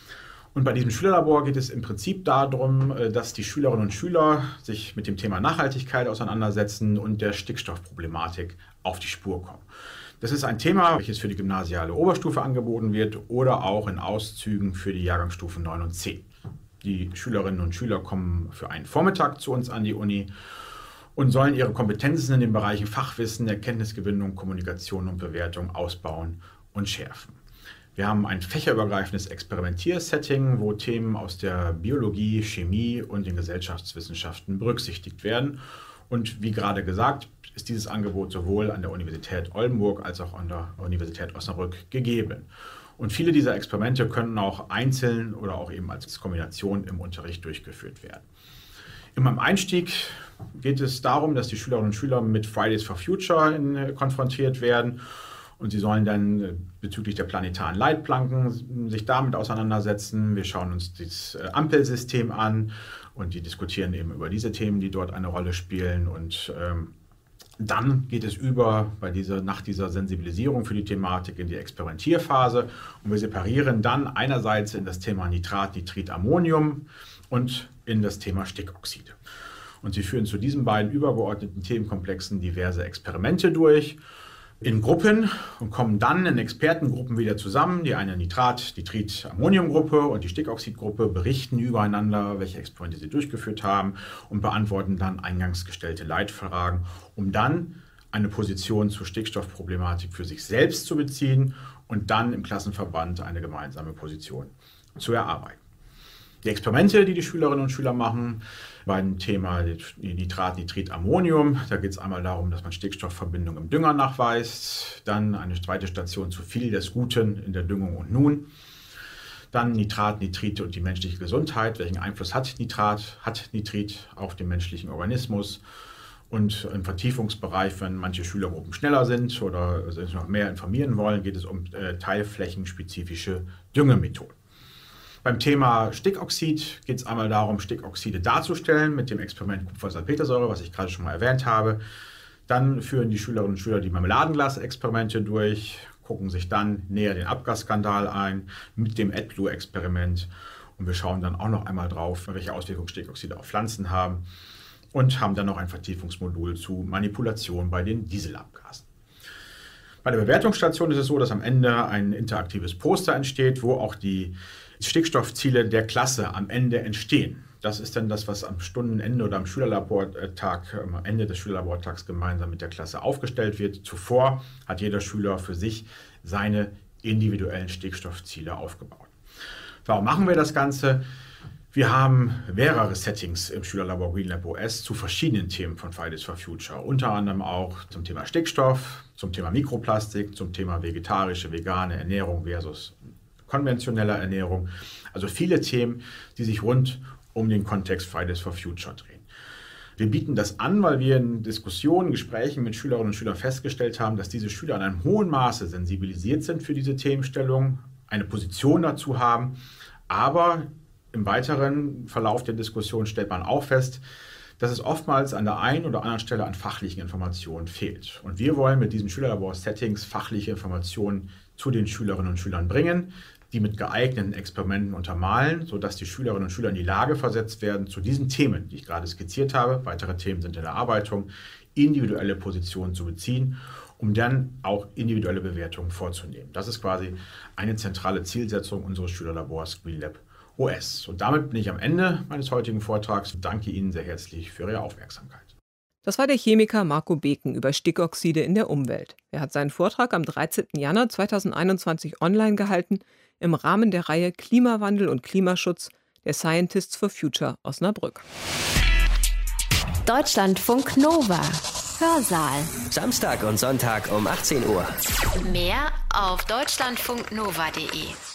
Und bei diesem Schülerlabor geht es im Prinzip darum, dass die Schülerinnen und Schüler sich mit dem Thema Nachhaltigkeit auseinandersetzen und der Stickstoffproblematik auf die Spur kommen. Das ist ein Thema, welches für die gymnasiale Oberstufe angeboten wird oder auch in Auszügen für die Jahrgangsstufen 9 und 10. Die Schülerinnen und Schüler kommen für einen Vormittag zu uns an die Uni und sollen ihre Kompetenzen in den Bereichen Fachwissen, Erkenntnisgewinnung, Kommunikation und Bewertung ausbauen und schärfen. Wir haben ein fächerübergreifendes Experimentiersetting, wo Themen aus der Biologie, Chemie und den Gesellschaftswissenschaften berücksichtigt werden. Und wie gerade gesagt, ist dieses Angebot sowohl an der Universität Oldenburg als auch an der Universität Osnabrück gegeben. Und viele dieser Experimente können auch einzeln oder auch eben als Kombination im Unterricht durchgeführt werden. In meinem Einstieg geht es darum, dass die Schülerinnen und Schüler mit Fridays for Future konfrontiert werden. Und sie sollen dann bezüglich der planetaren Leitplanken sich damit auseinandersetzen. Wir schauen uns das Ampelsystem an und die diskutieren eben über diese Themen, die dort eine Rolle spielen. Und dann geht es nach dieser Sensibilisierung für die Thematik in die Experimentierphase. Und wir separieren dann einerseits in das Thema Nitrat, Nitrit, Ammonium und in das Thema Stickoxide. Und sie führen zu diesen beiden übergeordneten Themenkomplexen diverse Experimente durch in Gruppen und kommen dann in Expertengruppen wieder zusammen. Die eine Nitrat-, Nitrit-, Ammoniumgruppe und die Stickoxidgruppe berichten übereinander, welche Experimente sie durchgeführt haben und beantworten dann eingangs gestellte Leitfragen, um dann eine Position zur Stickstoffproblematik für sich selbst zu beziehen und dann im Klassenverband eine gemeinsame Position zu erarbeiten. Die Experimente, die die Schülerinnen und Schüler machen, beim Thema Nitrat, Nitrit, Ammonium, da geht es einmal darum, dass man Stickstoffverbindungen im Dünger nachweist, dann eine zweite Station zu viel des Guten in der Düngung und Nun, dann Nitrat, Nitrite und die menschliche Gesundheit, welchen Einfluss hat Nitrit auf den menschlichen Organismus und im Vertiefungsbereich, wenn manche Schülergruppen schneller sind oder sich noch mehr informieren wollen, geht es um teilflächenspezifische Düngemethoden. Beim Thema Stickoxid geht es einmal darum, Stickoxide darzustellen mit dem Experiment Kupfersalpetersäure, was ich gerade schon mal erwähnt habe. Dann führen die Schülerinnen und Schüler die Marmeladenglas-Experimente durch, gucken sich dann näher den Abgasskandal ein mit dem AdBlue-Experiment. Und wir schauen dann auch noch einmal drauf, welche Auswirkungen Stickoxide auf Pflanzen haben. Und haben dann noch ein Vertiefungsmodul zu Manipulation bei den Dieselabgasen. Bei der Bewertungsstation ist es so, dass am Ende ein interaktives Poster entsteht, wo auch die Stickstoffziele der Klasse am Ende entstehen. Das ist dann das, was am Stundenende oder am Ende des Schülerlabortags gemeinsam mit der Klasse aufgestellt wird. Zuvor hat jeder Schüler für sich seine individuellen Stickstoffziele aufgebaut. Warum machen wir das Ganze? Wir haben mehrere Settings im Schülerlabor GreenLab OS zu verschiedenen Themen von Fridays for Future. Unter anderem auch zum Thema Stickstoff, zum Thema Mikroplastik, zum Thema vegetarische, vegane Ernährung versus konventionelle Ernährung. Also viele Themen, die sich rund um den Kontext Fridays for Future drehen. Wir bieten das an, weil wir in Diskussionen, Gesprächen mit Schülerinnen und Schülern festgestellt haben, dass diese Schüler in einem hohen Maße sensibilisiert sind für diese Themenstellung, eine Position dazu haben, aber im weiteren Verlauf der Diskussion stellt man auch fest, dass es oftmals an der einen oder anderen Stelle an fachlichen Informationen fehlt. Und wir wollen mit diesen Schülerlabor-Settings fachliche Informationen zu den Schülerinnen und Schülern bringen, die mit geeigneten Experimenten untermalen, sodass die Schülerinnen und Schüler in die Lage versetzt werden, zu diesen Themen, die ich gerade skizziert habe, weitere Themen sind in der Erarbeitung, individuelle Positionen zu beziehen, um dann auch individuelle Bewertungen vorzunehmen. Das ist quasi eine zentrale Zielsetzung unseres Schülerlabors GreenLab OS. Und damit bin ich am Ende meines heutigen Vortrags und danke Ihnen sehr herzlich für Ihre Aufmerksamkeit. Das war der Chemiker Marco Beken über Stickoxide in der Umwelt. Er hat seinen Vortrag am 13. Januar 2021 online gehalten im Rahmen der Reihe Klimawandel und Klimaschutz der Scientists for Future Osnabrück. Deutschlandfunk Nova. Hörsaal. Samstag und Sonntag um 18 Uhr. Mehr auf deutschlandfunknova.de.